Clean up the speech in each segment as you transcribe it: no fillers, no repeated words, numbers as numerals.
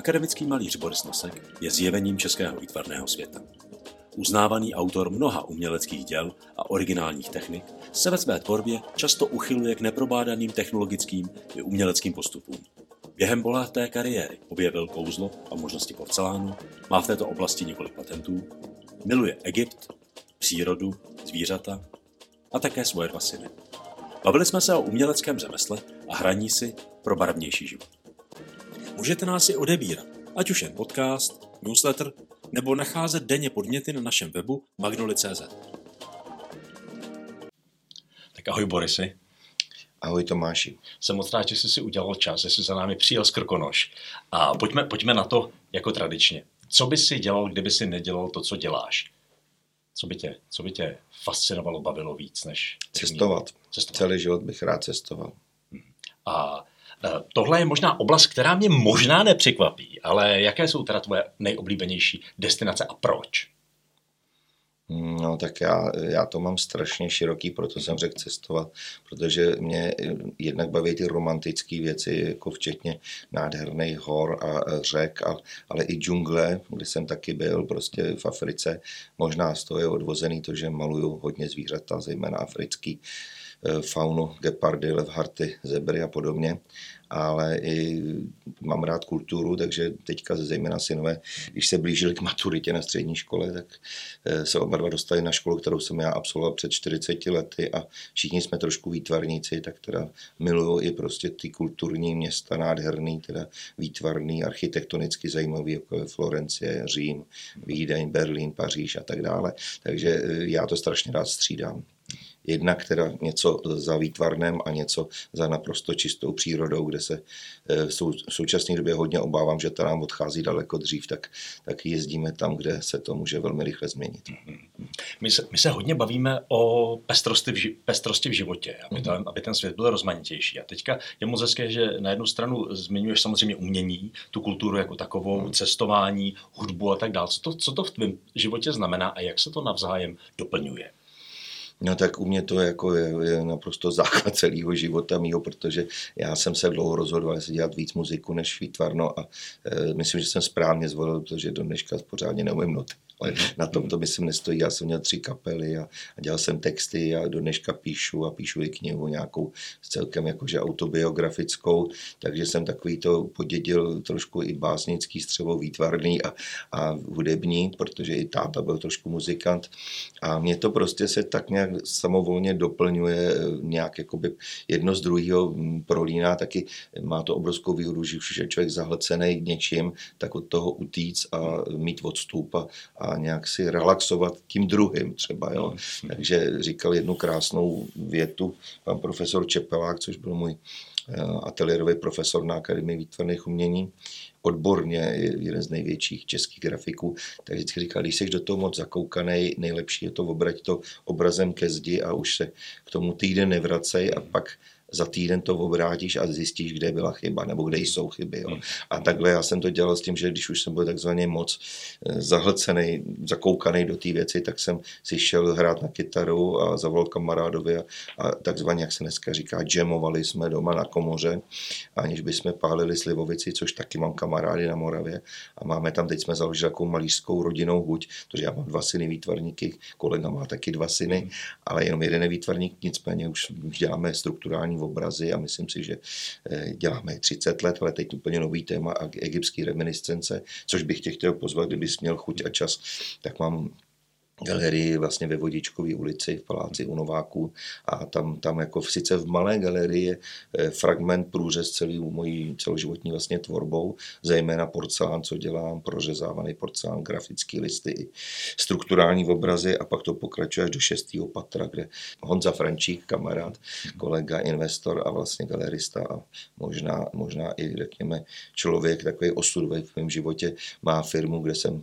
Akademický malíř Boris Nosek je zjevením českého výtvarného světa. Uznávaný autor mnoha uměleckých děl a originálních technik se ve své tvorbě často uchyluje k neprobádaným technologickým i uměleckým postupům. Během bohaté kariéry objevil kouzlo a možnosti porcelánu, má v této oblasti několik patentů, miluje Egypt, přírodu, zvířata a také svoje dva syny. Bavili jsme se o uměleckém řemesle a hraní si pro barevnější život. Můžete nás i odebírat, ať už jen podcast, newsletter, nebo nacházet denně podněty na našem webu magnoli.cz. Tak ahoj Borisy. Ahoj Tomáši. Jsem moc rád, že jsi si udělal čas, že jsi za námi přijel z Krkonoš. A pojďme na to jako tradičně. Co bys si dělal, kdyby si nedělal to, co děláš? Co by tě fascinovalo, bavilo víc než... Cestovat. Celý život bych rád cestoval. A tohle je možná oblast, která mě možná nepřekvapí, ale jaké jsou teda tvoje nejoblíbenější destinace a proč? No tak já to mám strašně široký, proto jsem řekl cestovat, protože mě jednak baví ty romantické věci, jako včetně nádherných hor a řek, ale i džungle, kde jsem taky byl, prostě v Africe. Možná z toho je odvozený to, že maluju hodně zvířata, zejména africký, faunu, gepardy, levharty, zebry a podobně, ale i mám rád kulturu, takže teďka zejména synové, když se blížili k maturitě na střední škole, tak se oba dva dostali na školu, kterou jsem já absolvoval před 40 lety a všichni jsme trošku výtvarníci, tak teda miluju i prostě ty kulturní města nádherný, teda výtvarný, architektonicky zajímavý, jako je Florencie, Řím, Vídeň, Berlín, Paříž a tak dále, takže já to strašně rád střídám. Jednak teda něco za výtvarnem a něco za naprosto čistou přírodou, kde se v současné době hodně obávám, že to nám odchází daleko dřív, tak jezdíme tam, kde se to může velmi rychle změnit. My se hodně bavíme o pestrosti v životě, aby ten svět byl rozmanitější. A teďka je moc hezké, že na jednu stranu zmiňuješ samozřejmě umění, tu kulturu jako takovou, cestování, hudbu a tak dále. Co to v tvém životě znamená a jak se to navzájem doplňuje? No tak u mě to jako je naprosto základ celého života mýho, protože já jsem se dlouho rozhodoval, jestli dělat víc muziku než výtvarno a myslím, že jsem správně zvolil, protože do dneška pořádně neumím noty. Ale na tom to myslím nestojí. Já jsem měl 3 kapely a dělal jsem texty a do dneška píšu i knihu nějakou celkem jakože autobiografickou, takže jsem takový to podědil trošku i básnický střevo výtvarný a hudební, protože i táta byl trošku muzikant a mě to prostě se tak nějak samovolně doplňuje, nějak jakoby jedno z druhého prolíná, taky má to obrovskou výhodu, že už je člověk zahlcený něčím, tak od toho utíct a mít odstup a nějak si relaxovat tím druhým třeba, jo. Takže říkal jednu krásnou větu pan profesor Čepelák, což byl můj ateliérový profesor na Akademii výtvarných umění, odborně jeden z největších českých grafiků, tak vždycky říkal, když jsi do toho moc zakoukanej, nejlepší je to obrať to obrazem ke zdi a už se k tomu týden nevracej a pak za týden to obrátíš a zjistíš, kde byla chyba, nebo kde jsou chyby. Jo. A takhle já jsem to dělal s tím, že když už jsem byl takzvaně moc zahlcený, zakoukaný do té věci, tak jsem si šel hrát na kytaru a zavolal kamarádovi a takzvaně, jak se dneska říká, jamovali jsme doma na komoře, aniž bychom pálili slivovici, což taky mám kamarády na Moravě a máme tam, teď jsme založili takovou malířskou rodinnou huť, protože já mám 2 syny výtvarníky, kolega má taky 2 syny, ale jenom jeden je výtvarník, nicméně už děláme strukturální obrazy a myslím si, že děláme 30 let, ale teď úplně nový téma a egyptský reminiscence, což bych tě chtěl pozvat, kdybys měl chuť a čas, tak mám galerii vlastně ve Vodičkové ulici v paláci u Nováků a tam jako sice v malé galerii je fragment průřez celý mojí celoživotní vlastně tvorbou, zejména porcelán, co dělám, prořezávaný porcelán, grafický listy i strukturální obrazy a pak to pokračuje až do 6. patra, kde Honza Frančík, kamarád, kolega, investor a vlastně galerista a možná i řekněme člověk takový osudový v mém životě má firmu, kde jsem se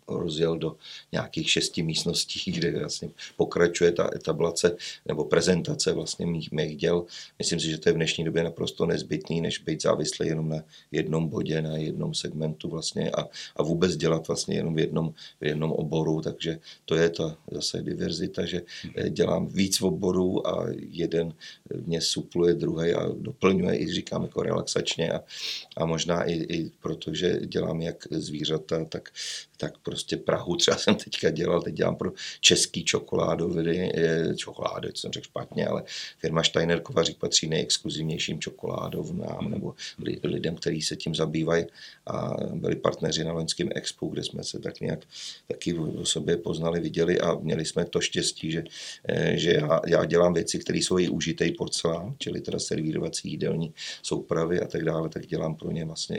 rozjel do nějakých 6 místností, kde vlastně pokračuje ta etablace nebo prezentace vlastně mých děl. Myslím si, že to je v dnešní době naprosto nezbytný, než být závislý jenom na jednom bodě, na jednom segmentu vlastně a vůbec dělat vlastně jenom v jednom oboru, takže to je ta zase diverzita, že dělám víc oborů a jeden mě supluje druhý a doplňuje, i říkám jako relaxačně a možná i protože dělám jak zvířata, tak prostě Prahu třeba jsem teď dělám pro český čokolády, to jsem řekl špatně, ale firma Steiner Kovařík patří nejexkluzivnějším čokoládovnám nebo lidem, kteří se tím zabývají a byli partneři na loňském expu, kde jsme se tak nějak taky o sobě poznali, viděli a měli jsme to štěstí, že já dělám věci, které jsou i užitej porcelán, čili teda servírovací jídelní soupravy a tak dále, tak dělám pro ně vlastně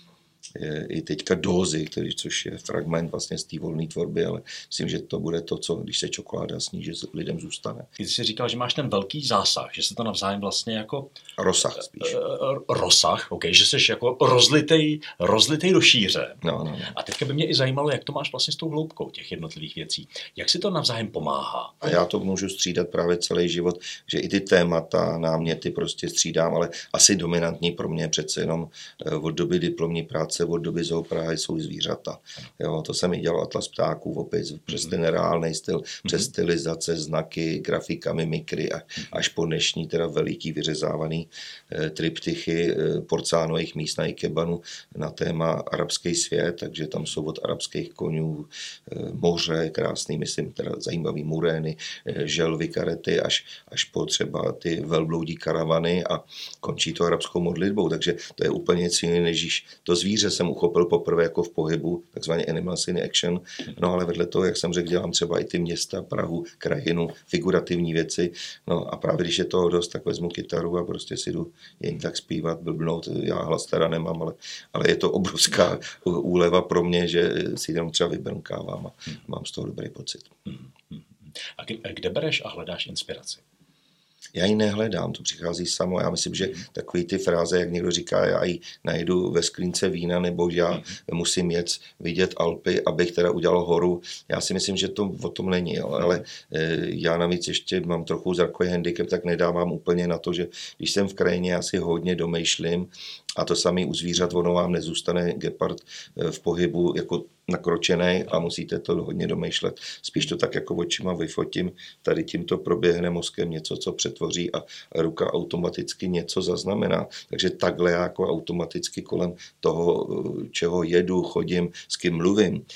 i teďka dózy, což je fragment vlastně z té volné tvorby, ale myslím, že to bude to, co když se čokoláda sníží, lidem zůstane. Když jsi říkal, že máš ten velký zásah, že se to navzájem vlastně jako... Rozsah spíš. Rozsah, ok, že jsi jako rozlitej do šíře. No. A teďka by mě i zajímalo, jak to máš vlastně s tou hloubkou těch jednotlivých věcí. Jak si to navzájem pomáhá? A já to můžu střídat právě celý život, že i ty témata, náměty prostě střídám, ale asi dominantní pro mě přece jenom od doby diplomní práce, od doby Zooprahy jsou zvířata. Jo, to jsem i dělal Atlas ptáků, opět přes ten reálný styl, přes stylizace, znaky, grafika, mimikry až po dnešní teda veliký vyřezávaný triptychy porcelánových míst na Ikebanu na téma arabský svět, takže tam jsou od arabských konňů, moře, krásný, myslím, teda zajímavý murény, želvy, karety, až po třeba ty velbloudí karavany a končí to arabskou modlitbou, takže to je úplně něco jiného, než to zvíře jsem uchopil poprvé jako v pohybu, takzvaně animals in action, no ale vedle toho, jak jsem řekl, dělám třeba i ty města, Prahu, krajinu, figurativní věci, no a právě když je toho dost, tak vezmu kytaru a prostě si jdu jen tak zpívat, blbnout, já hlas teda nemám, ale je to obrovská úleva pro mě, že si tam třeba vybrnkávám a mám z toho dobrý pocit. A kde bereš a hledáš inspiraci? Já ji nehledám, to přichází samo. Já myslím, že takový ty fráze, jak někdo říká, já ji najdu ve sklínce vína, nebo já musím jet vidět Alpy, abych teda udělal horu. Já si myslím, že to o tom není, jo. Ale já navíc ještě mám trochu zrakový handicap, tak nedávám úplně na to, že když jsem v krajině, já si hodně domýšlím a to samý u zvířat, ono vám nezůstane gepard v pohybu jako nakročený a musíte to hodně domýšlet. Spíš to tak jako očima vyfotím, tady tímto proběhne mozkem něco, co přetvoří a ruka automaticky něco zaznamená. Takže takhle jako automaticky kolem toho, čeho jedu, chodím, s kým mluvím,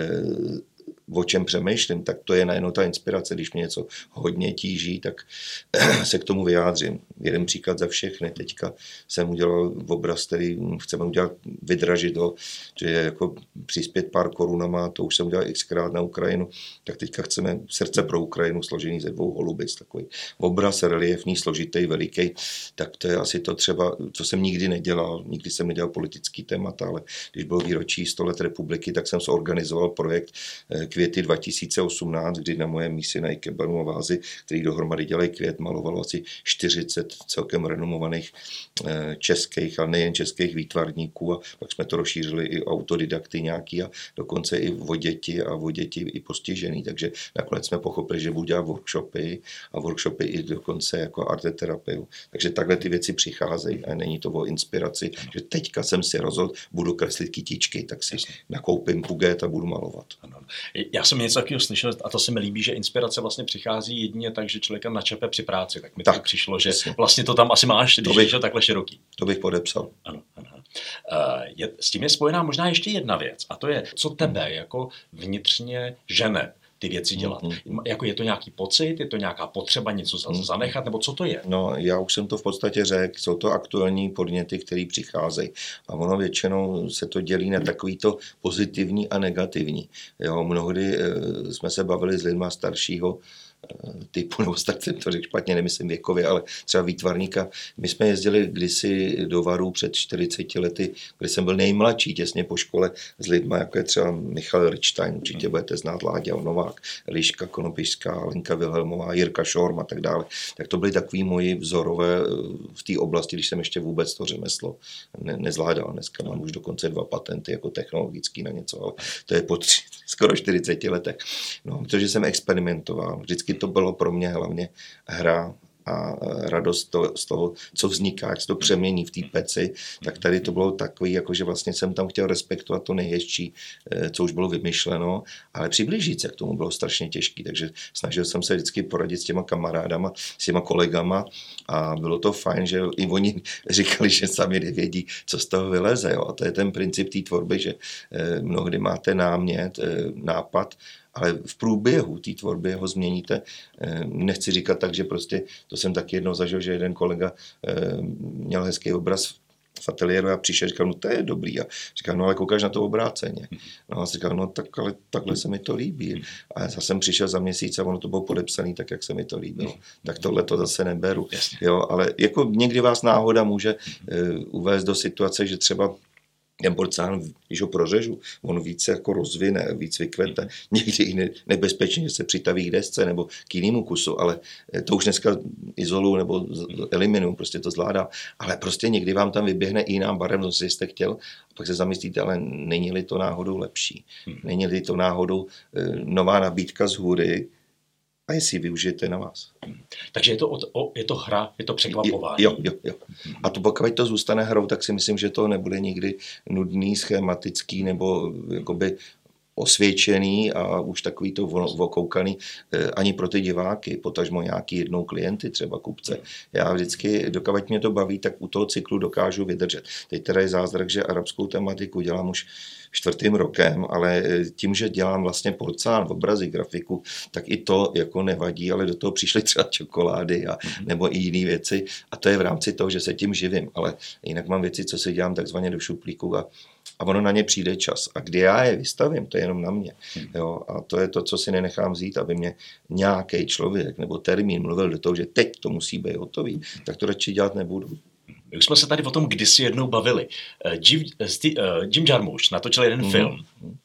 o čem přemýšlím, tak to je najednou ta inspirace. Když mě něco hodně tíží, tak se k tomu vyjádřím. Jeden příklad za všechny. Teďka jsem udělal obraz, který chceme udělat, vydražit ho, že je jako přispět pár korunama, to už jsem udělal xkrát na Ukrajinu, tak teďka chceme srdce pro Ukrajinu složený ze 2 holubic, takový obraz reliefní, složitý, veliký, tak to je asi to třeba, co jsem nikdy nedělal, nikdy jsem nedělal politický témata, ale když bylo výročí 100 let republiky, tak jsem zorganizoval projekt Květy 2018, kdy na moje mísi na Ikebanu a vázy, který dohromady dělají květ, malovalo asi 40 celkem renomovaných českých, ale nejen českých výtvarníků a pak jsme to rozšířili i autodidakty nějaký a dokonce i o děti i postižený, takže nakonec jsme pochopili, že budu dělat workshopy i dokonce jako arteterapii. Takže takhle ty věci přicházejí a není to o inspiraci, že teďka jsem si rozhodl, budu kreslit kytičky, tak si nakoupím pugét a budu malovat. Ano. Já jsem něco takového slyšel a to se mi líbí, že inspirace vlastně přichází jedině tak, že člověka načape při práci. Tak mi tak přišlo, že vlastně to tam asi máš, když je to takhle široký. To bych podepsal. Ano. S tím je spojená možná ještě jedna věc a to je, co tebe jako vnitřně žene ty věci dělat. Jako je to nějaký pocit, je to nějaká potřeba něco zanechat, nebo co to je? No, já už jsem to v podstatě řekl, jsou to aktuální podněty, které přicházejí. A ono většinou se to dělí na takovýto pozitivní a negativní. Jo, mnohdy jsme se bavili s lidma staršího typu, nebo tak jsem to řekl špatně, nemyslím věkově, ale třeba výtvarníka. My jsme jezdili kdysi do Varu před 40 lety, kdy jsem byl nejmladší, těsně po škole, s lidma, jako je třeba Michal Richstein, určitě budete znát, Láďa Novák, Eliška Konopišská, Lenka Vilhelmová, Jirka Šorm a tak dále. Tak to byly takový moji vzorové v té oblasti, když jsem ještě vůbec to řemeslo nezvládal. Dneska mám už dokonce 2 patenty jako technologický na něco, ale to je po skoro 40 letech. No, protože jsem experimentoval. Vždycky to bylo pro mě hlavně hra a radost z toho, co vzniká, jak se to přemění v té peci, tak tady to bylo takový, jako že vlastně jsem tam chtěl respektovat to nejhezčí, co už bylo vymyšleno, ale přiblížit se k tomu bylo strašně těžké, takže snažil jsem se vždycky poradit s těma kamarádama, s těma kolegama a bylo to fajn, že i oni říkali, že sami nevědí, co z toho vyleze. Jo? A to je ten princip té tvorby, že mnohdy máte námět, nápad, ale v průběhu té tvorby ho změníte. Nechci říkat tak, že prostě, to jsem taky jednou zažil, že jeden kolega měl hezký obraz v ateliéru a přišel a říkal, no to je dobrý. A říkal, no ale koukáš na to obráceně. No a říkal, no tak ale takhle se mi to líbí. A já jsem přišel za měsíc a ono to bylo podepsané tak, jak se mi to líbilo. Tak tohle to zase neberu. Jo, ale jako někdy vás náhoda může uvést do situace, že třeba ten porcelán, když ho prořežu, on víc jako rozvine, víc vykvete. Někdy i nebezpečně, že se přitaví k desce nebo k jinému kusu, ale to už dneska izoluju nebo eliminuju, prostě to zvládá. Ale prostě někdy vám tam vyběhne i jiná barev, co jste chtěl, a pak se zamyslíte, ale není-li to náhodou lepší? Není-li to náhodou nová nabídka z hůry, a jestli ji využijete na vás. Takže je to hra, je to překvapování. Jo. A to pokud to zůstane hrou, tak si myslím, že to nebude nikdy nudný, schematický nebo jakoby osvědčený a už takový to okoukaný ani pro ty diváky, potažmo nějaký jednou klienty, třeba kupce. Já vždycky, dokud mě to baví, tak u toho cyklu dokážu vydržet. Teď teda je zázrak, že arabskou tematiku dělám už 4. rokem, ale tím, že dělám vlastně porcelán, obrazy, grafiku, tak i to jako nevadí, ale do toho přišly třeba čokolády a nebo i jiné věci a to je v rámci toho, že se tím živím, ale jinak mám věci, co si dělám takzvaně do šuplíku a ono na ně přijde čas. A kdy já je vystavím, to je jenom na mě. Jo? A to je to, co si nenechám vzít, aby mě nějaký člověk nebo termín mluvil do toho, že teď to musí být hotový, tak to radši dělat nebudu. My už jsme se tady o tom kdysi jednou bavili. Jim Jarmusch natočil jeden film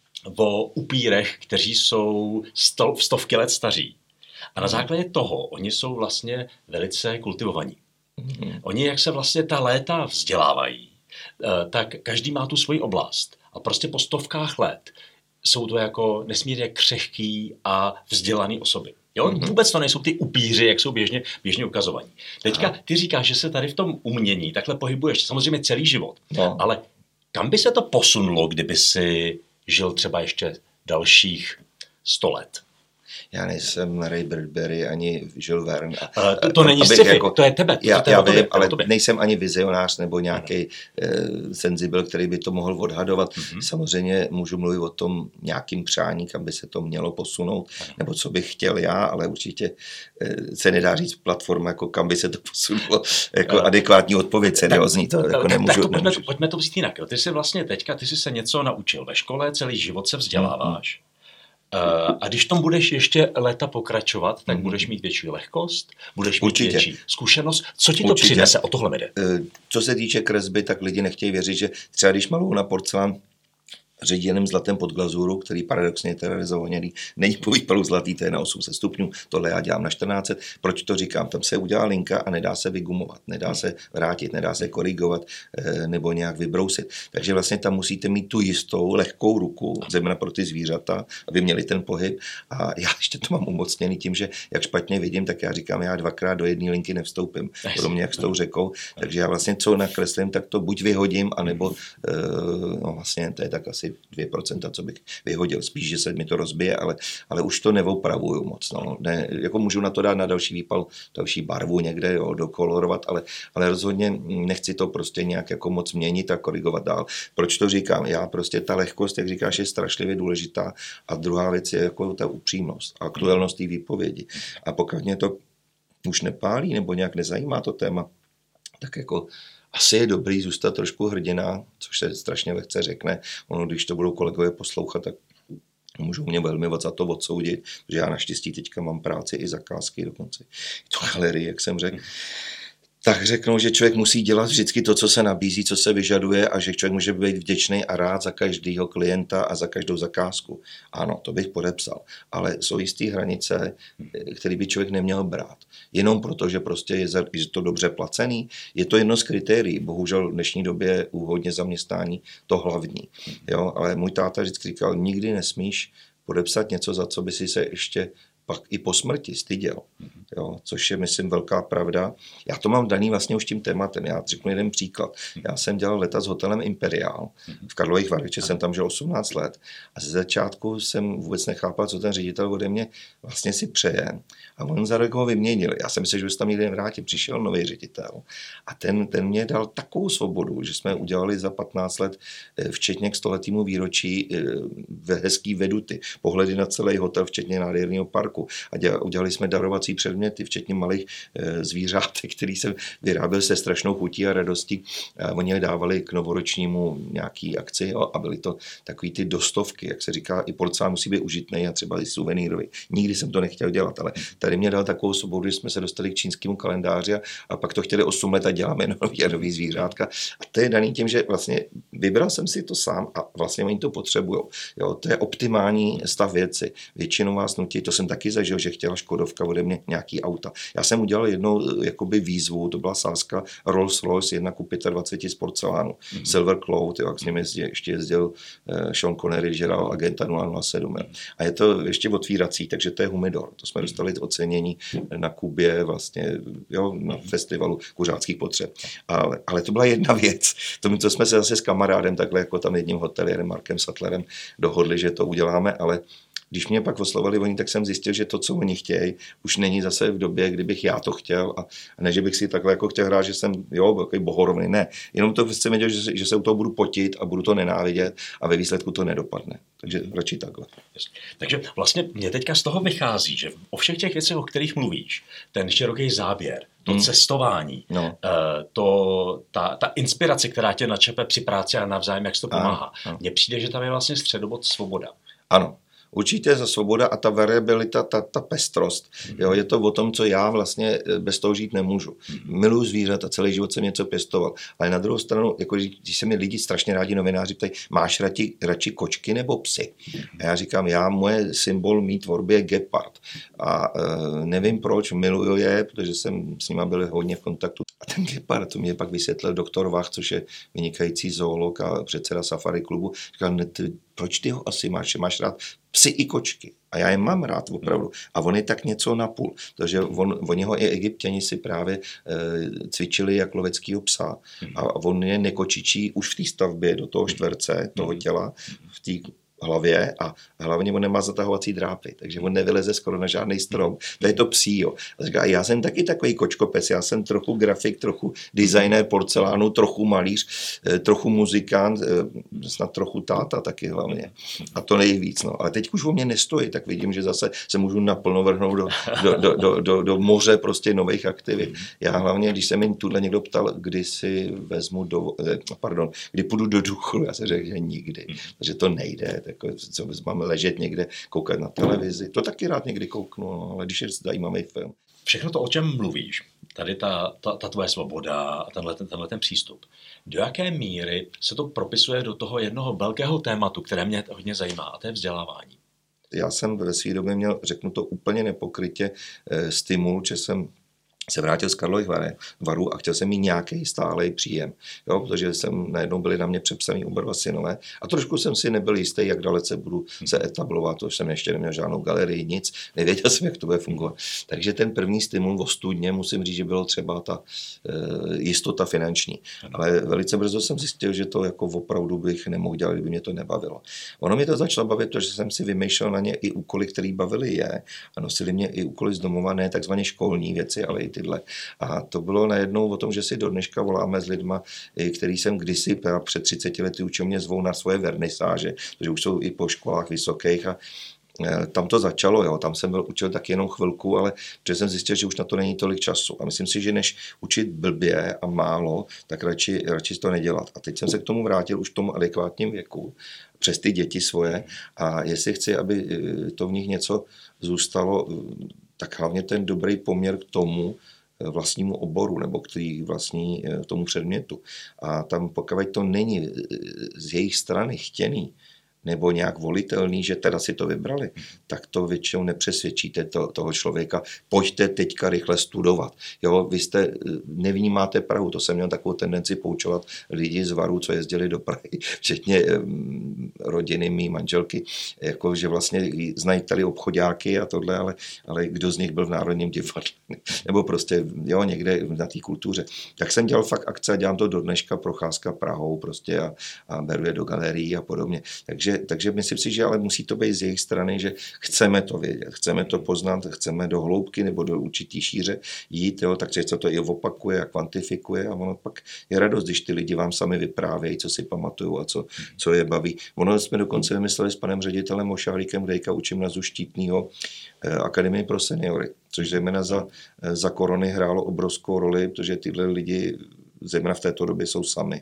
o upírech, kteří jsou stovky let staří. A na základě toho oni jsou vlastně velice kultivovaní. Oni, jak se vlastně ta léta vzdělávají, tak každý má tu svoji oblast. A prostě po stovkách let jsou to jako nesmírně křehký a vzdělaný osoby. Jo? Vůbec to nejsou ty upíři, jak jsou běžně ukazovaní. Teďka ty říkáš, že se tady v tom umění takhle pohybuješ samozřejmě celý život. No. Ale kam by se to posunulo, kdyby si žil třeba ještě dalších 100 let? Já nejsem Ray Bradbury ani Jules Verne. To není sci-fi, jako, to je tebe. Já vím, ale nejsem ani vizionář nebo nějaký senzibil, který by to mohl odhadovat. Samozřejmě můžu mluvit o tom nějakým přání, kam by se to mělo posunout, nebo co bych chtěl já, ale určitě se nedá říct platforma, jako kam by se to posunulo, jako adekvátní odpověď, seriózní, to jako nemůžu. Pojďme to vzít jinak. Ty jsi vlastně teďka, ty jsi se něco naučil ve škole, celý život se vzděláváš. A když tom budeš ještě léta pokračovat, tak budeš mít větší lehkost, budeš mít větší zkušenost. Co ti to přinese? O tohle jde. Co se týče kresby, tak lidi nechtějí věřit, že třeba když maluju na porcelán ředěným zlatem pod glazuru, který paradoxně je teda rezavoněný, není po výpalu zlatý, to je na 800 stupňů, tohle já dělám na 1400. Proč to říkám? Tam se udělá linka a nedá se vygumovat, nedá se vrátit, nedá se korigovat nebo nějak vybrousit. Takže vlastně tam musíte mít tu jistou, lehkou ruku, zejména pro ty zvířata, aby měli ten pohyb. A já ještě to mám umocněný tím, že jak špatně vidím, tak já říkám, já 2krát do jedné linky nevstoupím. Podobně jak s tou řekou. Takže já vlastně co nakreslím, tak to buď vyhodím, anebo no vlastně to je tak asi 2%, co bych vyhodil. Spíš, že se mi to rozbije, ale už to neopravuju moc. No. Ne, jako můžu na to dát na další výpal, další barvu někde, jo, dokolorovat, ale rozhodně nechci to prostě nějak jako moc měnit a korigovat dál. Proč to říkám? Já prostě ta lehkost, jak říkáš, je strašlivě důležitá a druhá věc je jako ta upřímnost a aktuálnost té výpovědi. A pokud mě to už nepálí nebo nějak nezajímá to téma, tak jako asi je dobrý zůstat trošku hrdina, což se strašně lehce řekne. Ono, když to budou kolegové poslouchat, tak Můžou mě velmi za to odsoudit, že já naštěstí teďka mám práci i zakázky dokonce. To galerii, jak jsem řekl. Tak řeknou, že člověk musí dělat vždycky to, co se nabízí, co se vyžaduje a že člověk může být vděčný a rád za každého klienta a za každou zakázku. Ano, to bych podepsal, ale jsou jisté hranice, které by člověk neměl brát. Jenom proto, že prostě je to dobře placený. Je to jedno z kritérií, bohužel v dnešní době u hodně zaměstnání to hlavní. Jo? Ale můj táta vždycky říkal, nikdy nesmíš podepsat něco, za co by si se ještě pak i po smrti styděl, jo, což je, myslím, velká pravda. Já to mám daný vlastně už tím tématem. Já řeknu jeden příklad. Já jsem dělal leta s hotelem Imperial v Karlových Varech, že jsem tam žil 18 let a ze začátku jsem vůbec nechápal, co ten ředitel ode mě vlastně si přeje. A on za rok ho vyměnil. Já jsem myslel, že už tam nikdy nevrátí. Přišel nový ředitel a ten mě dal takovou svobodu, že jsme udělali za 15 let, včetně k 100letému výročí, hezký veduty, pohledy na celý hotel, včetně nádherného parku. A udělali jsme darovací předměty, včetně malých zvířátek, který jsem vyráběl se strašnou chutí a radostí. Oni je dávali k novoročnímu nějaký akci, jo, a byly to takový ty dostovky, jak se říká, i porcán musí být užitný a třeba i suvenýrový. Nikdy jsem to nechtěl dělat, ale tady mě dal takovou svobodu, že jsme se dostali k čínskému kalendáři a pak to chtěli 8 let a děláme nový zvířátka. A to je daný tím, že vlastně vybral jsem si to sám a vlastně oni to potřebujou. Jo, to je optimální stav věci. Většinou vás nutí, to jsem taky zažil, že chtěla Škodovka ode mě nějaký auta. Já jsem udělal jednou jakoby výzvu, to byla sázka Rolls-Royce 1:25 z porcelánu. Silver Cloud, jo, jak s ním ještě jezdil Sean Connery, že dal agenta 007. Jo. A je to ještě otvírací, takže to je Humidor. To jsme dostali ocenění na Kubě, vlastně, jo, na festivalu kuřáckých potřeb. Ale to byla jedna věc. To jsme se zase s kamarádem takhle jako tam jedním hotelierem Markem Sattlerem dohodli, že to uděláme, ale když mě pak oslovali oni, tak jsem zjistil, že to, co oni chtějí, už není zase v době, kdybych já to chtěl a ne, že bych si takhle jako chtěl hrát, že jsem, takový bohorovný, ne. Jenom to jsem věděl, že se u toho budu potit a budu to nenávidět a ve výsledku to nedopadne. Takže radši takhle. Takže vlastně mě teďka z toho vychází, že o všech těch věcech, o kterých mluvíš, ten široký záběr, to cestování, ta inspirace, která tě načepe při práci a navzájem, jak to pomáhá. Mně přijde, že tam je vlastně středobod svoboda. Ano. Určitě za svoboda a ta variabilita, ta pestrost. Jo, je to o tom, co já vlastně bez toho žít nemůžu. Miluji zvířata, celý život jsem něco pěstoval. Ale na druhou stranu, jako když se mi lidi strašně rádi novináři ptají, máš radši kočky nebo psy? A já říkám, moje symbol mý tvorby je gepard. A nevím proč, miluju je, protože jsem s nima byl hodně v kontaktu. A ten gepard, to mě pak vysvětlil doktor Vach, což je vynikající zoolog a předseda safari klubu. Říkal, proč ty ho asi máš rád psy i kočky? A já je mám rád opravdu. A on je tak něco napůl. Takže oni ho i Egypťani si právě cvičili jak loveckýho psa. A on je nekočičí už v té stavbě do toho čtverce, toho těla, v té hlavě a hlavně on nemá zatahovací drápy, takže on nevyleze skoro na žádný strom. To je to psí, jo. A říká, já jsem taky takový kočkopes, já jsem trochu grafik, trochu designer porcelánu, trochu malíř, trochu muzikant, snad trochu táta taky hlavně. A to nejvíc, no. Ale teď už o mě nestojí, tak vidím, že zase se můžu naplno vrhnout do moře prostě nových aktivit. Já hlavně, když se mi tuhle někdo ptal, kdy půjdu do důchodu, já se řekl, že nikdy, takže to nejde. Jako, co máme ležet někde, koukat na televizi. To taky rád někdy kouknu, ale když je zajímavý film. Všechno to, o čem mluvíš, tady ta tvoje svoboda a tenhle ten přístup, do jaké míry se to propisuje do toho jednoho velkého tématu, které mě hodně zajímá, a to je vzdělávání? Já jsem ve své době měl, řeknu to úplně nepokrytě, stimul, že jsem se vrátil z Karlových Varů a chtěl jsem mít nějaký stálej příjem, jo, protože najednou byli na mě přepsaný oba dva synové a trošku jsem si nebyl jistý, jak dalece budu se etablovat, to jsem ještě neměl žádnou galerii, nic, nevěděl jsem, jak to bude fungovat. Takže ten první stimul ostudně, musím říct, že bylo třeba ta jistota finanční, ale velice brzo jsem zjistil, že to jako opravdu bych nemohl dělat, kdyby mě to nebavilo. Ono mě to začalo bavit, protože jsem si vymýšlel na ně i úkoly, které bavily je a nosili mě i úkoly z domova, ne takzvané školní věci, ale i tyhle. A to bylo najednou o tom, že si do dneška voláme s lidma, který jsem kdysi před 30 lety učil, mě zvou na svoje vernisáže, protože už jsou i po školách vysokých a tam to začalo, jo. Tam jsem byl učil tak jenom chvilku, ale protože jsem zjistil, že už na to není tolik času. A myslím si, že než učit blbě a málo, tak radši to nedělat. A teď jsem se k tomu vrátil už v tom adekvátním věku, přes ty děti svoje. A jestli chci, aby to v nich něco zůstalo, tak hlavně ten dobrý poměr k tomu vlastnímu oboru nebo který vlastní tomu předmětu. A tam pokud to není z jejich strany chtěný, nebo nějak volitelný, že teda si to vybrali, tak to většinou nepřesvědčíte toho člověka. Pojďte teďka rychle studovat. Jo, vy nevnímáte Prahu, to jsem měl takovou tendenci poučovat lidi z Varu, co jezdili do Prahy, včetně rodiny mý manželky, jako, že vlastně znají tady obchodáky a tohle, ale kdo z nich byl v Národním divadle, nebo prostě jo, někde na té kultuře. Tak jsem dělal fakt akce a dělám to do dneška, procházka Prahou prostě a beru je do galerií a podobně. Takže myslím si, že ale musí to být z jejich strany, že chceme to vědět, chceme to poznat, chceme do hloubky nebo do určitý šíře jít, jo, takže se to i opakuje a kvantifikuje a ono pak je radost, když ty lidi vám sami vyprávějí, co si pamatují a co je baví. Ono jsme dokonce vymysleli s panem ředitelem Mošálíkem, kde učím na Zuštítnýho Akademii pro seniory, což zejména za korony hrálo obrovskou roli, protože tyhle lidi zejména v této době jsou sami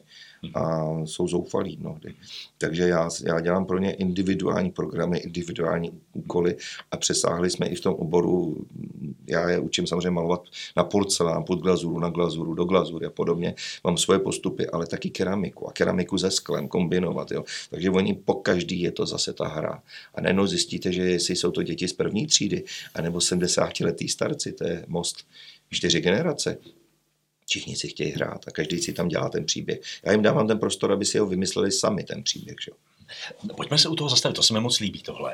a jsou zoufalí mnohdy. Takže já dělám pro ně individuální programy, individuální úkoly a přesáhli jsme i v tom oboru, já je učím samozřejmě malovat na porcelán, pod glazuru, na glazuru, do glazury a podobně. Mám svoje postupy, ale taky keramiku a keramiku se sklem kombinovat. Jo. Takže oni po každý je to zase ta hra. A najednou zjistíte, že jestli jsou to děti z první třídy, anebo 70letý starci, to je most 4 generace. Všichni si chtějí hrát a každý si tam dělá ten příběh. Já jim dávám ten prostor, aby si ho vymysleli sami, ten příběh. Že? Pojďme se u toho zastavit, to se mi moc líbí tohle.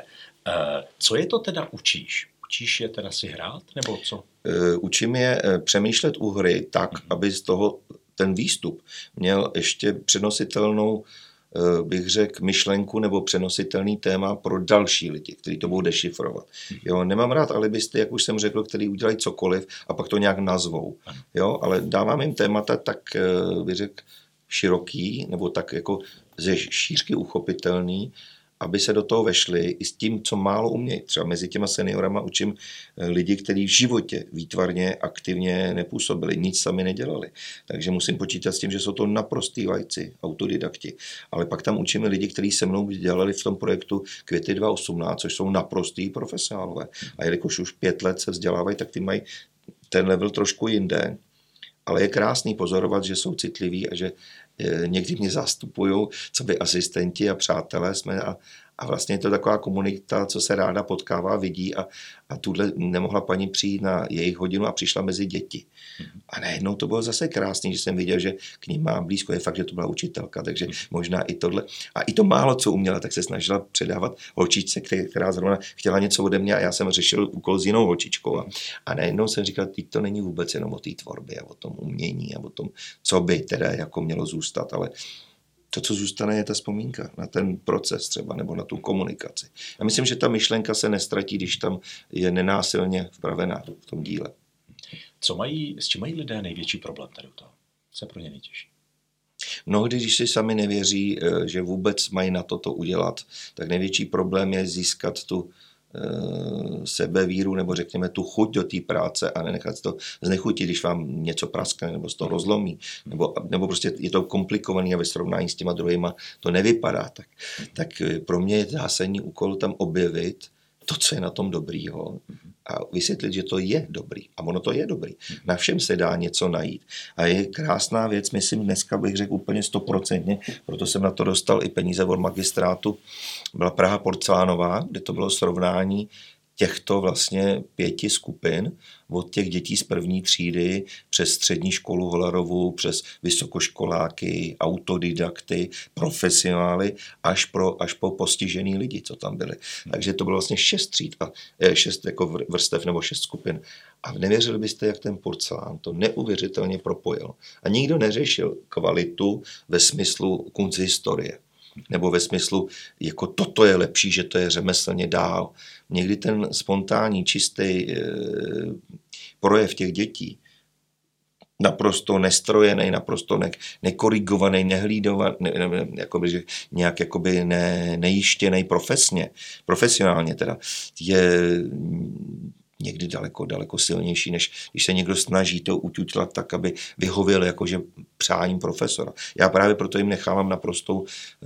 Co je to teda učíš? Učíš je teda si hrát, nebo co? Učím je přemýšlet u hry tak, aby z toho ten výstup měl ještě přenositelnou, bych řekl, myšlenku nebo přenositelný téma pro další lidi, kteří to budou dešifrovat. Jo, nemám rád alibisty, jak už jsem řekl, který udělají cokoliv a pak to nějak nazvou. Jo, ale dávám jim témata tak, bych řekl, široký nebo tak jako ze šířky uchopitelný, aby se do toho vešli i s tím, co málo umějí. Třeba mezi těma seniorama učím lidi, kteří v životě výtvarně aktivně nepůsobili, nic sami nedělali. Takže musím počítat s tím, že jsou to naprostý lajci, autodidakti. Ale pak tam učíme lidi, kteří se mnou dělali v tom projektu Květy 2018, což jsou naprostý profesionálové. A jelikož už 5 let se vzdělávají, tak ty mají ten level trošku jinde. Ale je krásný pozorovat, že jsou citliví a že někdy mě zastupují, co by asistenti a přátelé jsme a vlastně je to taková komunita, co se ráda potkává, vidí a tuhle nemohla paní přijít na jejich hodinu a přišla mezi děti. A najednou to bylo zase krásný, že jsem viděl, že k ním mám blízko, je fakt, že to byla učitelka, takže možná i tohle. A i to málo, co uměla, tak se snažila předávat holčičce, která zrovna chtěla něco ode mě a já jsem řešil úkol s jinou holčičkou. A najednou jsem říkal, teď to není vůbec jenom o té tvorbě a o tom umění a o tom, co by teda jako mělo zůstat, ale to, co zůstane, je ta vzpomínka na ten proces třeba, nebo na tu komunikaci. Já myslím, že ta myšlenka se nestratí, když tam je nenásilně vpravená v tom díle. S čím mají lidé největší problém tady u toho? Co je pro ně nejtěžší? Mnohdy, když si sami nevěří, že vůbec mají na to udělat, tak největší problém je získat tu sebevíru nebo řekněme tu chuť do té práce a nenechat to znechutit, když vám něco praskne nebo z toho rozlomí, nebo prostě je to komplikovaný a ve srovnání s těma druhýma to nevypadá. Tak pro mě je zásadní úkol tam objevit to, co je na tom dobrýho a vysvětlit, že to je dobrý. A ono to je dobrý. Na všem se dá něco najít. A je krásná věc, myslím, dneska bych řekl úplně 100%, proto jsem na to dostal i peníze od magistrátu, byla Praha porcelánová, kde to bylo srovnání těchto vlastně 5 skupin, od těch dětí z první třídy přes střední školu Holarovu, přes vysokoškoláky, autodidakty, profesionály, až po postižený lidi, co tam byli. Takže to bylo vlastně 6 tříd a 6 jako vrstev nebo 6 skupin. A nevěřili byste, jak ten porcelán to neuvěřitelně propojil. A nikdo neřešil kvalitu ve smyslu kunsthistorie. Nebo ve smyslu, jako toto je lepší, že to je řemeslně dál. Někdy ten spontánní, čistý projev těch dětí naprosto nestrojený, naprosto nekorigovaný, nehlídovaný, jakoby, že nějak jakoby nejištěný profesionálně teda, je někdy daleko silnější, než když se někdo snaží to utuťlat tak, aby vyhověl jakože přáním profesora. Já právě proto jim nechávám naprostou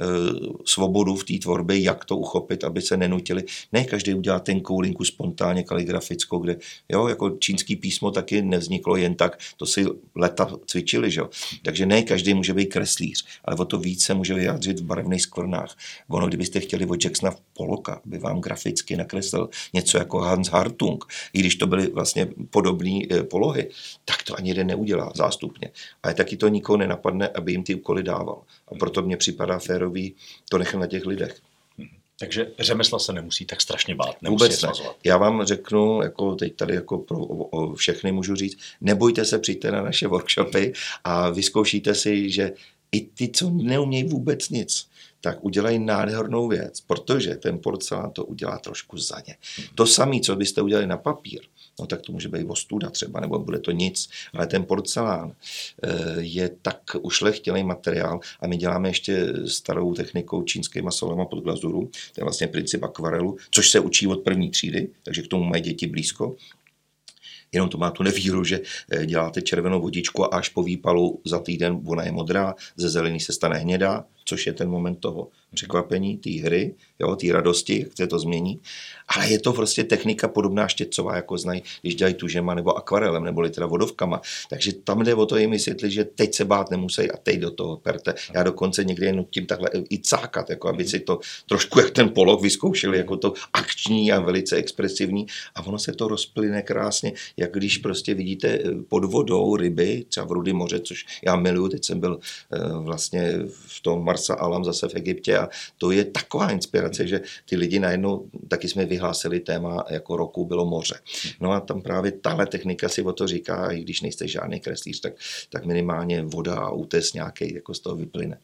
svobodu v té tvorbě, jak to uchopit, aby se nenutili. Ne každý udělá tenkou linku spontánně kaligrafickou, kde jo, jako čínský písmo taky nevzniklo jen tak, to si leta cvičili, že jo. Takže ne každý může být kreslíř, ale o to více může vyjádřit v barevných skvrnách. Ono, kdybyste chtěli od Jacksona Pollocka, aby vám graficky nakreslil něco jako Hans Hartung, i když to byly vlastně podobné polohy, tak to ani jeden neudělá zástupně. Ale taky to nikoho nenapadne, aby jim ty úkoly dával. A proto mně připadá férový to nechat na těch lidech. Takže řemesla se nemusí tak strašně bát. Vůbec ne. Já vám řeknu, jako teď tady jako pro všechny můžu říct, nebojte se, přijďte na naše workshopy a vyzkoušíte si, že i ty, co neumějí vůbec nic, tak udělají nádhernou věc, protože ten porcelán to udělá trošku za ně. To samé, co byste udělali na papír, no tak to může být ostuda třeba, nebo bude to nic, ale ten porcelán je tak ušlechtilý materiál a my děláme ještě starou technikou čínskýma solama pod glazuru, to je vlastně princip akvarelu, což se učí od první třídy, takže k tomu mají děti blízko. Jenom to má tu nevýhodu, že děláte červenou vodičku a až po výpalu za týden ona je modrá, ze zelený se stane hnědá, což je ten moment toho překvapení, té hry, jo, té radosti, jak se to změní. Ale je to prostě technika podobná štětcová, jako znají, když dělají tužema nebo akvarelem, nebo teda vodovkama. Takže tam jde o to jim vysvětlit, že teď se bát nemusí a teď do toho perte. Já dokonce někdy jen nutím takhle i cákat, jako aby si to trošku jak ten Pollock vyzkoušeli, jako to akční a velice expresivní. A ono se to rozplyne krásně, jak když prostě vidíte pod vodou ryby, třeba v Rudém moře, což já miluju, teď jsem byl vlastně v tom Marsa Alam zase v Egyptě a to je taková inspirace, že ty lidi najednou, taky jsme vyhlásili téma jako roku bylo moře. No a tam právě tahle technika si o to říká, i když nejste žádný kreslíř, tak minimálně voda a útes nějaký jako z toho vyplyne.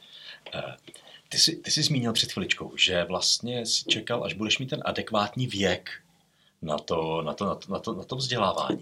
Ty jsi zmínil před chviličkou, že vlastně si čekal, až budeš mít ten adekvátní věk na to vzdělávání.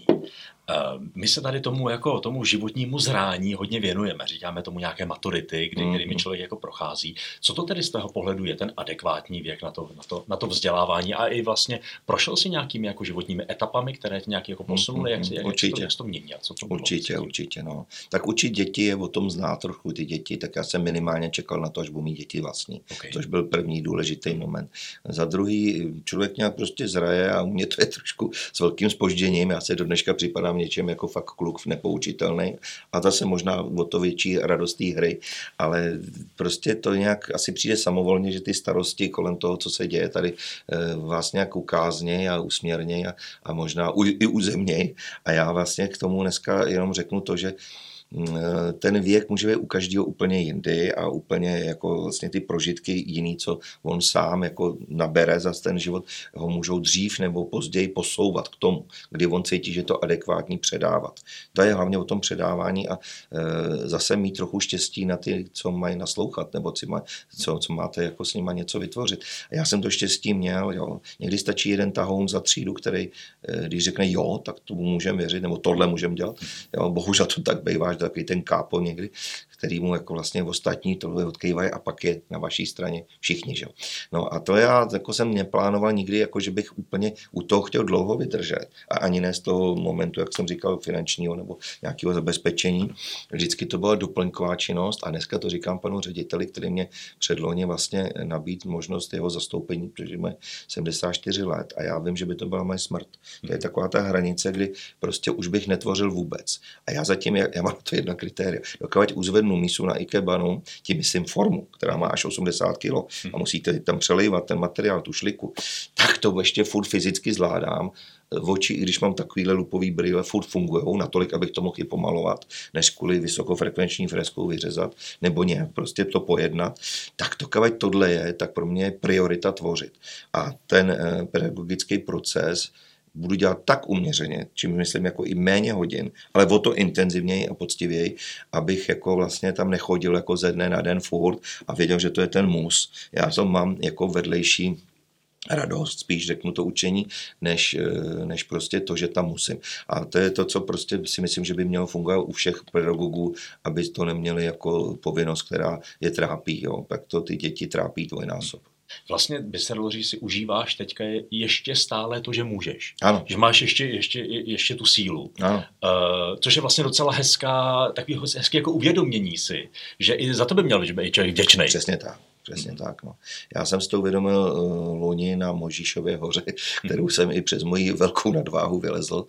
My se tady tomu životnímu zrání hodně věnujeme. Říkáme tomu nějaké maturity, kterými člověk jako prochází. Co to tedy z toho pohledu je ten adekvátní věk na to vzdělávání? A i vlastně prošel si nějakými jako životními etapami, které tě nějak jako posunuly? Jak to měnil? Určitě. No. Tak učit děti je o tom znát trochu ty děti, tak já jsem minimálně čekal na to, až budu mít děti vlastní. Okay. Což byl první důležitý moment. Za druhý, člověk nějak prostě zraje a u mě to je trošku s velkým zpožděním. Já se do dneška připadám něčem jako fakt kluk nepoučitelný a zase možná o to větší radost té hry, ale prostě to nějak asi přijde samovolně, že ty starosti kolem toho, co se děje tady, vás nějak ukázněj a usměrněj a možná i uzemněj. A já vlastně k tomu dneska jenom řeknu to, že ten věk může být u každého úplně jindy a úplně jako vlastně ty prožitky jiný, co on sám jako nabere za ten život, ho můžou dřív nebo později posouvat k tomu, kdy on cítí, že to adekvátní předávat. To je hlavně o tom předávání a zase mít trochu štěstí na ty, co mají naslouchat nebo co máte jako s nima něco vytvořit. A já jsem to štěstí měl, jo. Někdy stačí jeden tahoun za třídu, který když řekne jo, tak tomu můžeme věřit, nebo tohle můžeme dělat. Jo, bohužel to tak bývá, takový ten kápo někdy, který mu jako vlastně ostatní tohle odkývají a pak je na vaší straně všichni. Že? No a to já jako jsem neplánoval nikdy, jako že bych úplně u toho chtěl dlouho vydržet. A ani ne z toho momentu, jak jsem říkal, finančního nebo nějakého zabezpečení. Vždycky to byla doplňková činnost a dneska to říkám panu řediteli, který mě předloni vlastně nabít možnost jeho zastoupení, protože má 74 let a já vím, že by to byla moje smrt. To je taková ta hranice, kdy prostě už bych netvořil vůbec. A já zatím, já mám to jedna kritéria. Dokud uzvednu mísu na ikebanu, tím myslím formu, která má až 80 kg a musíte tam přelejvat ten materiál, tu šliku, tak to ještě furt fyzicky zvládám. Oči, i když mám takovýhle lupový brýle, furt fungujou natolik, abych to mohl i pomalovat, než kvůli vysokofrekvenční freskou vyřezat, nebo nějak prostě to pojednat. Tak to, kavať tohle je, tak pro mě je priorita tvořit. A ten pedagogický proces budu dělat tak uměřeně, čím myslím jako i méně hodin, ale o to intenzivněji a poctivěji, abych jako vlastně tam nechodil jako ze dne na den furt a věděl, že to je ten mus. Já to mám jako vedlejší radost, spíš řeknu to učení, než prostě to, že tam musím. A to je to, co prostě si myslím, že by mělo fungovat u všech pedagogů, aby to neměli jako povinnost, která je trápí. Jo. Pak to ty děti trápí dvojnásob. Vlastně by se dalo říct, si užíváš teďka ještě stále to, že můžeš. Ano. Že máš ještě tu sílu. Ano. Což je vlastně docela takový hezký jako uvědomění si, že i za to by měl být člověk vděčnej. Přesně tak. Přesně tak. No. Já jsem si to uvědomil loni na Možíšově hoře, kterou jsem i přes moji velkou nadváhu vylezl,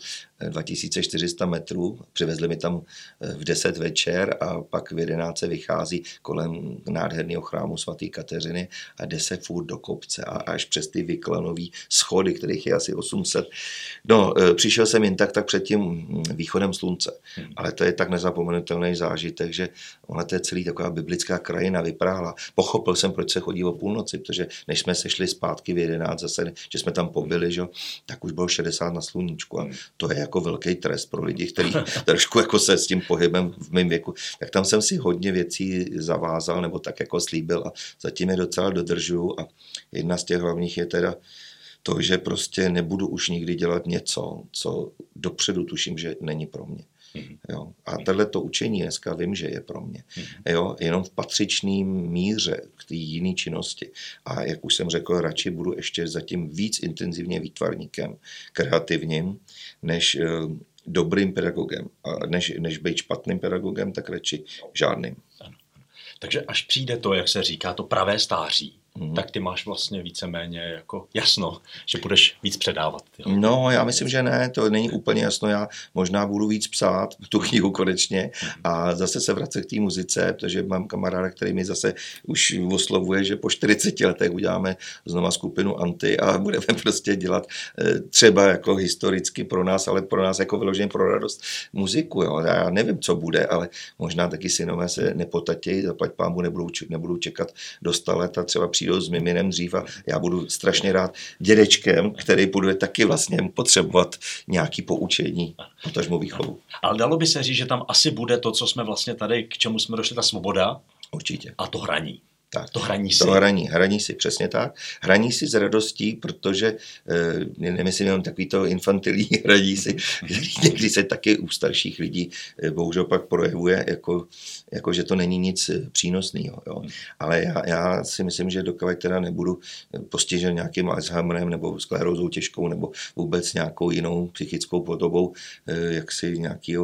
2400 metrů. Přivezli mi tam v 10 večer a pak v 11 se vychází kolem nádherného chrámu svatý Kateřiny a jde se furt do kopce a až přes ty vyklanový schody, kterých je asi 800. No, přišel jsem jen tak před tím východem slunce, ale to je tak nezapomenutelný zážitek, že ona to je celý taková biblická krajina vypráhla. Pochopil jsem, proč se chodí o půlnoci, protože než jsme se šli zpátky v 11 zase, že jsme tam pobyli, že, tak už bylo 60 na sluníčku a to je jako velký trest pro lidi, kteří trošku jako se s tím pohybem v mém věku. Tak tam jsem si hodně věcí zavázal nebo tak jako slíbil a zatím je docela dodržuju a jedna z těch hlavních je teda to, že prostě nebudu už nikdy dělat něco, co dopředu tuším, že není pro mě. Jo. A tohleto učení dneska vím, že je pro mě. Jo. Jenom v patřičným míře k té jiné činnosti. A jak už jsem řekl, radši budu ještě zatím víc intenzivně výtvarníkem, kreativním, než dobrým pedagogem. A než být špatným pedagogem, tak radši žádným. Ano. Takže až přijde to, jak se říká, to pravé stáří, tak ty máš vlastně víceméně jako jasno, že budeš víc předávat. Jo? No, já myslím, že ne, to není úplně jasno, já možná budu víc psát tu knihu konečně a zase se vracet k té muzice, protože mám kamaráda, který mi zase už oslovuje, že po 40 letech uděláme znova skupinu Anty a budeme prostě dělat třeba jako historicky pro nás, ale pro nás jako vyloženě pro radost muziku. Jo? Já nevím, co bude, ale možná taky synové se nepotatějí, zaplať pámu nebudou čekat do 100 let a třeba přijdou s miminem dřív a já budu strašně rád dědečkem, který bude taky vlastně potřebovat nějaký poučení, potažmo výchovu. Ale dalo by se říct, že tam asi bude to, co jsme vlastně tady, k čemu jsme došli, ta svoboda. Určitě. A to hraní. Tak, to hraní si. Hraní si, přesně tak. Hraní si s radostí, protože nemyslím jenom takový to infantilní hraní si, někdy se taky u starších lidí bohužel pak projevuje, jako že to není nic přínosného. Jo. Ale já si myslím, že dokud teda nebudu postižen nějakým Alzheimerem nebo sklerózou těžkou nebo vůbec nějakou jinou psychickou podobou jaksi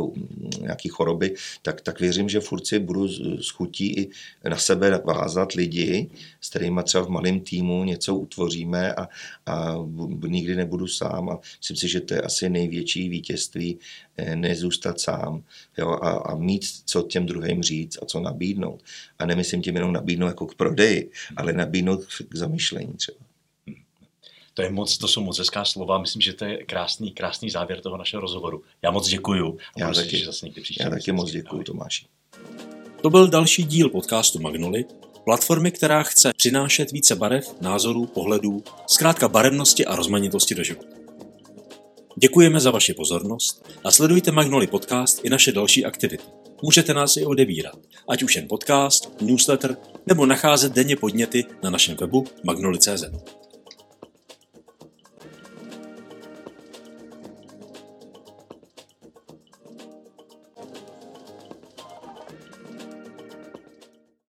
nějaký choroby, tak věřím, že furt si budu s chutí i na sebe vázat lidi, s kterými třeba v malém týmu něco utvoříme a nikdy nebudu sám a myslím si, že to je asi největší vítězství nezůstat sám, jo, a mít co těm druhým říct a co nabídnout. A nemyslím tím jenom nabídnout jako k prodeji, ale nabídnout k zamyšlení třeba. To jsou moc hezká slova, myslím, že to je krásný závěr toho našeho rozhovoru. Já moc děkuju. Já taky moc děkuju, Tomáši. To byl další díl podcastu Magnoly, platformy, která chce přinášet více barev, názorů, pohledů, zkrátka barevnosti a rozmanitosti do života. Děkujeme za vaši pozornost a sledujte Magnoly podcast i naše další aktivity. Můžete nás i odebírat, ať už jen podcast, newsletter nebo nacházet denně podněty na našem webu magnoly.cz.